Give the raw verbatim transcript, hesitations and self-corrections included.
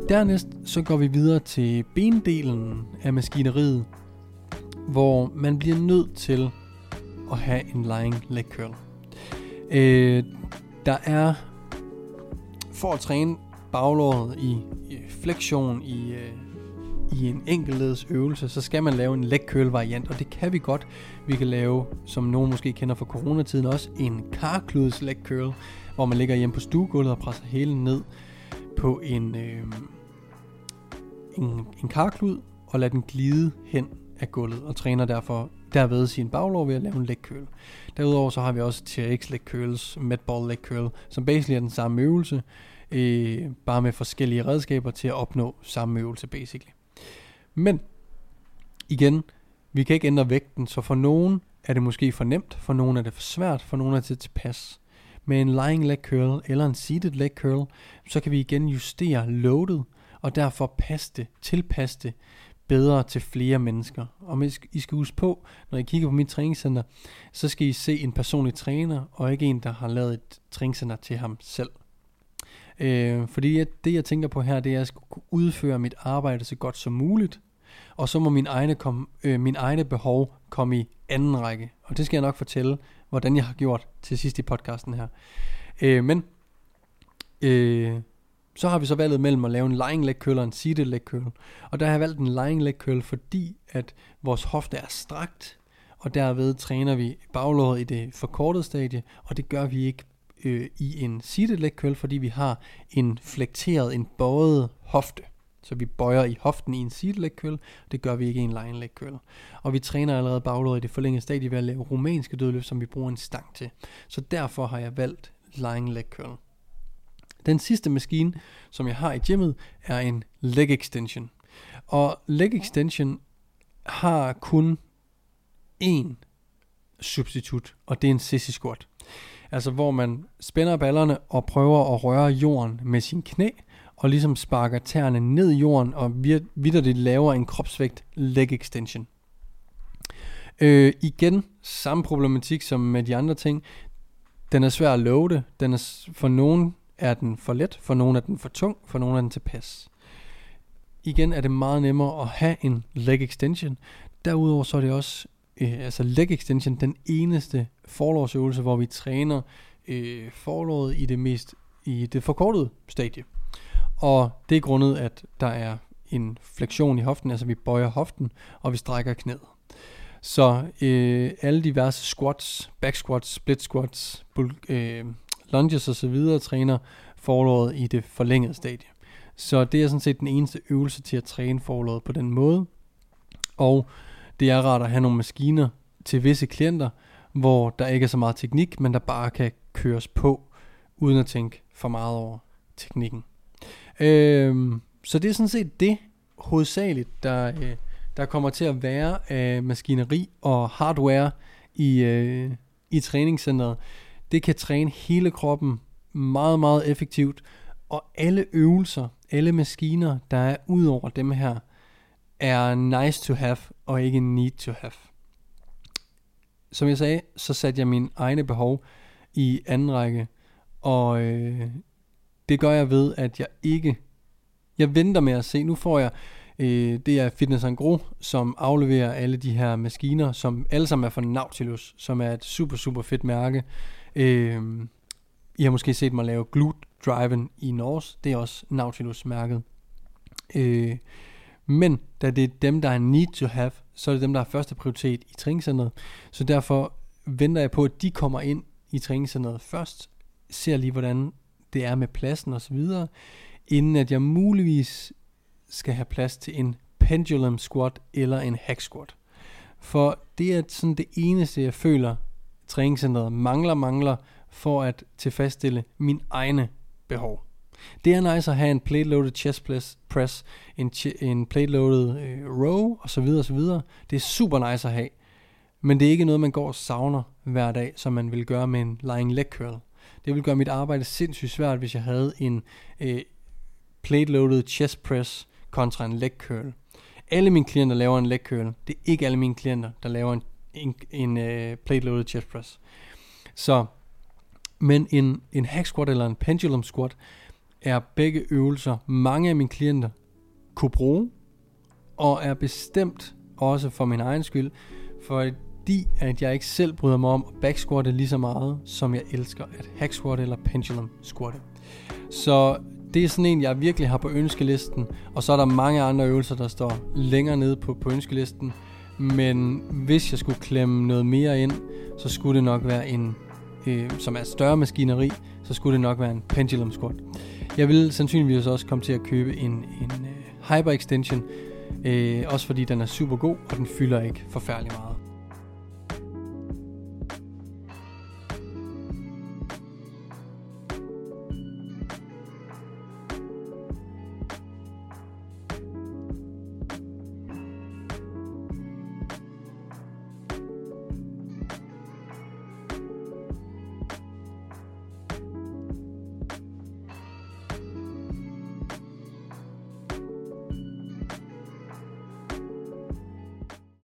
Dernæst så går vi videre til bendelen af maskineriet, hvor man bliver nødt til at have en lying leg curl. Øh, der er, for at træne baglåret i, i flexion i, øh, i en enkeltleds øvelse, så skal man lave en leg curl variant, og det kan vi godt. Vi kan lave, som nogen måske kender fra coronatiden også, en karkluds leg curl, hvor man ligger hjemme på stuegulvet og presser hælen ned på en, øh, en, en karklud og lader den glide hen af gulvet og træner derfor derved sin baglår ved at lave en leg curl. Derudover så har vi også T R X leg curls, medball leg curl, som basically er den samme øvelse, øh, bare med forskellige redskaber til at opnå samme øvelse basically. Men igen, vi kan ikke ændre vægten, så for nogen er det måske for nemt, for nogen er det for svært, for nogen er det tilpas. Med en lying leg curl eller en seated leg curl, så kan vi igen justere loadet, og derfor passe det, tilpasse det bedre til flere mennesker. Og I skal huske på, når I kigger på mit træningscenter, så skal I se en personlig træner, og ikke en, der har lavet et træningscenter til ham selv. Øh, fordi jeg, det jeg tænker på her, det er, at jeg skal kunne udføre mit arbejde så godt som muligt, og så må mine egne, kom, øh, mine egne behov komme i anden række. Og det skal jeg nok fortælle, hvordan jeg har gjort til sidst i podcasten her. Øh, men øh, så har vi så valget mellem at lave en lying leg curl og en seated leg curl. Og der har jeg valgt en lying leg curl, fordi at vores hofte er strakt, og derved træner vi baglåret i det forkortede stadie, og det gør vi ikke øh, i en seated leg curl, fordi vi har en flekteret, en bøjet hofte. Så vi bøjer i hoften i en seated leg curl, det gør vi ikke i en lying leg curl. Og vi træner allerede baglåret i det forlængede stadie ved at lave rumænske dødløft, som vi bruger en stang til. Så derfor har jeg valgt lying leg curl. Den sidste maskine, som jeg har i gymmet, er en leg extension. Og leg extension har kun én substitut, og det er en sissy squat. Altså hvor man spænder ballerne og prøver at røre jorden med sin knæ, og ligesom sparker tæerne ned i jorden, og vitterligt laver en kropsvægt leg extension. Øh, igen, samme problematik som med de andre ting. Den er svær at loade. Den er, for nogen er den for let, for nogen er den for tung, for nogen er den tilpas. Igen er det meget nemmere at have en leg extension. Derudover så er det også, øh, altså leg extension, den eneste forlårsøvelse, hvor vi træner øh, forlåret i det mest, i det forkortede stadie. Og det er grundet, at der er en fleksion i hoften, altså vi bøjer hoften, og vi strækker knæet. Så øh, alle diverse squats, back squats, split squats, bulk, øh, lunges og så videre træner forlåret i det forlængede stadie. Så det er sådan set den eneste øvelse til at træne forlåret på den måde. Og det er rart at have nogle maskiner til visse klienter, hvor der ikke er så meget teknik, men der bare kan køres på, uden at tænke for meget over teknikken. Øhm, så det er sådan set det hovedsageligt, der, øh, der kommer til at være af maskineri og hardware i, øh, i træningscenteret. Det kan træne hele kroppen meget, meget effektivt, og alle øvelser, alle maskiner, der er ud over dem her, er nice to have og ikke need to have. Som jeg sagde, så satte jeg mine egne behov i anden række, og øh, det gør jeg ved, at jeg ikke, jeg venter med at se, nu får jeg, øh, det er Fitness and Grow, som afleverer alle de her maskiner, som alle sammen er fra Nautilus, som er et super, super fedt mærke. Øh, I har måske set mig lave Glute Driven i Norge, det er også Nautilus mærket. Øh, men da det er dem, der er need to have, så er det dem, der har første prioritet i træningscenteret. Så derfor venter jeg på, at de kommer ind i træningscenteret først, ser lige, hvordan det er med pladsen og så videre, inden at jeg muligvis skal have plads til en pendulum squat eller en hack squat. For det er sådan det eneste, jeg føler, træningscenteret mangler, mangler for at tilfredsstille mine egne behov. Det er nice at have en plate-loaded chest press, en, ch- en plate-loaded øh, row osv. osv. Det er super nice at have, men det er ikke noget, man går og savner hver dag, som man vil gøre med en lying leg curl. Det ville gøre mit arbejde sindssygt svært, hvis jeg havde en øh, plate-loaded chest press kontra en leg curl. Alle mine klienter laver en leg curl. Det er ikke alle mine klienter, der laver en, en, en uh, plate-loaded chest press. Så, men en, en hack squat eller en pendulum squat er begge øvelser mange af mine klienter kunne bruge, og er bestemt også for min egen skyld, fordi at jeg ikke selv bryder mig om at backsquatte lige så meget, som jeg elsker at hack squatte eller pendulum squatte. Så det er sådan en, jeg virkelig har på ønskelisten, og så er der mange andre øvelser, der står længere nede på, på ønskelisten. Men hvis jeg skulle klemme noget mere ind, så skulle det nok være en, øh, som er større maskineri, så skulle det nok være en pendulum squat. Jeg vil sandsynligvis også komme til at købe en, en uh, hyper extension, øh, også fordi den er super god, og den fylder ikke forfærdelig meget.